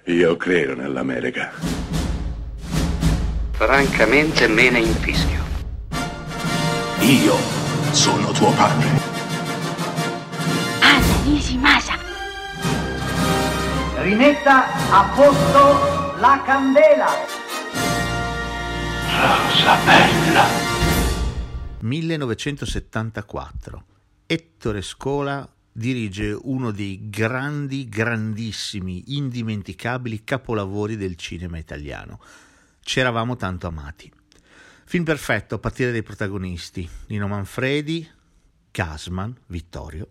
Io credo nell'America. Francamente me ne infischio. Io sono tuo padre. Anna Nishimasa. Rimetta a posto la candela. Rosa bella. 1974. Ettore Scola dirige uno dei grandissimi, indimenticabili capolavori del cinema italiano. C'eravamo tanto amati. Film perfetto a partire dai protagonisti: Nino Manfredi, Gassman, Vittorio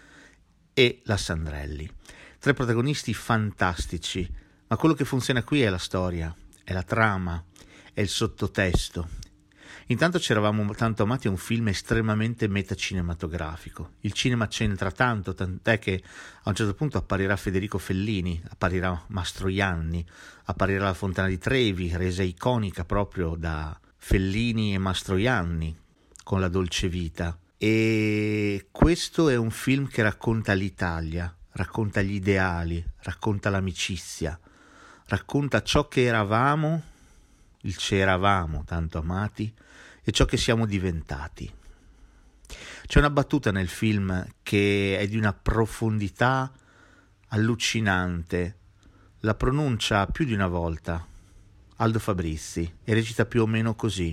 e la Sandrelli. 3 protagonisti fantastici, ma quello che funziona qui è la storia, è la trama, è il sottotesto. Intanto c'eravamo tanto amati a un film estremamente metacinematografico. Il cinema c'entra tanto, tant'è che a un certo punto apparirà Federico Fellini, apparirà Mastroianni, apparirà La Fontana di Trevi, resa iconica proprio da Fellini e Mastroianni con La Dolce Vita. E questo è un film che racconta l'Italia, racconta gli ideali, racconta l'amicizia, racconta ciò che eravamo, il c'eravamo tanto amati, e ciò che siamo diventati. C'è una battuta nel film che è di una profondità allucinante, la pronuncia più di una volta Aldo Fabrizi e recita più o meno così: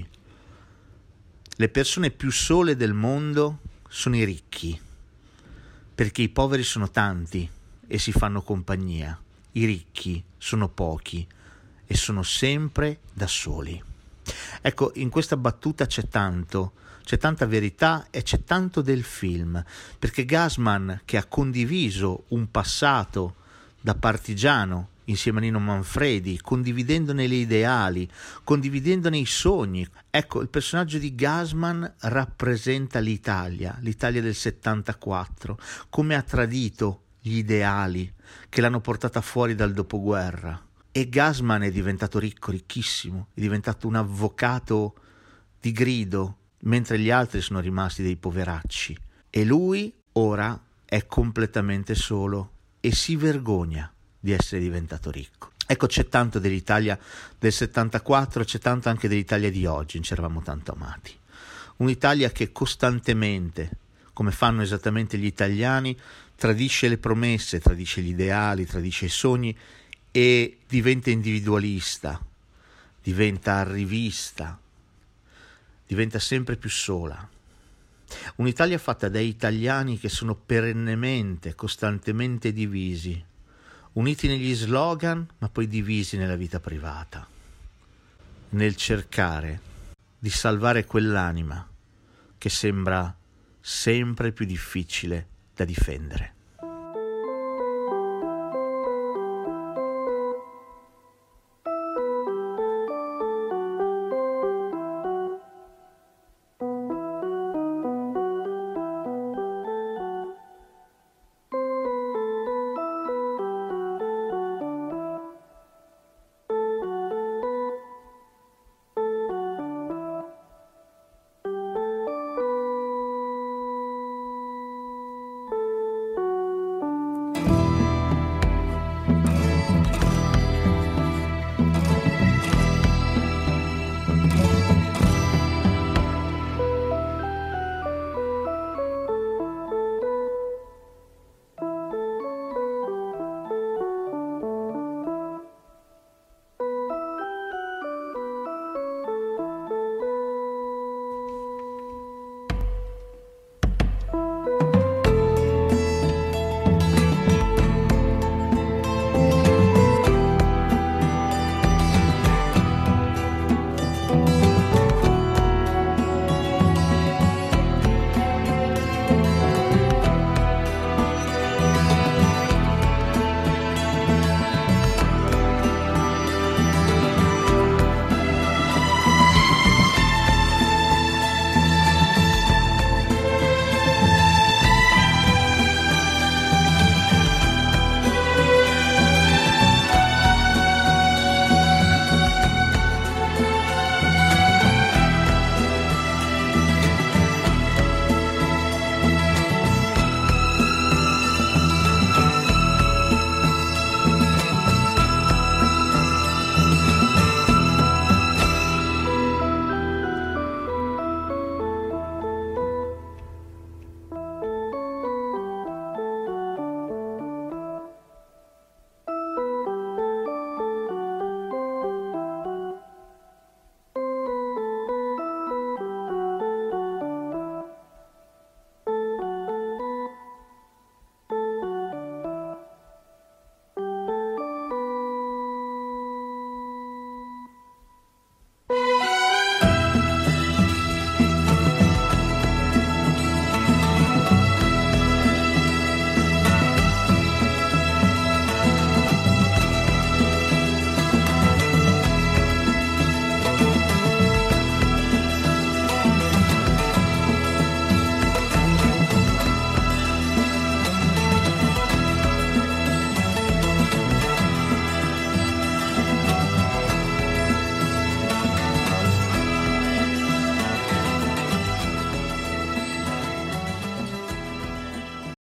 le persone più sole del mondo sono i ricchi, perché i poveri sono tanti e si fanno compagnia, i ricchi sono pochi e sono sempre da soli. Ecco, in questa battuta c'è tanta verità e c'è tanto del film, perché Gassman, che ha condiviso un passato da partigiano insieme a Nino Manfredi, condividendone le ideali, condividendone i sogni, ecco, il personaggio di Gassman rappresenta l'Italia del 74, come ha tradito gli ideali che l'hanno portata fuori dal dopoguerra. E Gassman è diventato ricco, ricchissimo, è diventato un avvocato di grido, mentre gli altri sono rimasti dei poveracci. E lui ora è completamente solo e si vergogna di essere diventato ricco. Ecco, c'è tanto dell'Italia del 74, c'è tanto anche dell'Italia di oggi, ci eravamo tanto amati. Un'Italia che costantemente, come fanno esattamente gli italiani, tradisce le promesse, tradisce gli ideali, tradisce i sogni, e diventa individualista, diventa arrivista, diventa sempre più sola. Un'Italia fatta da italiani che sono perennemente, costantemente divisi, uniti negli slogan, ma poi divisi nella vita privata, nel cercare di salvare quell'anima che sembra sempre più difficile da difendere.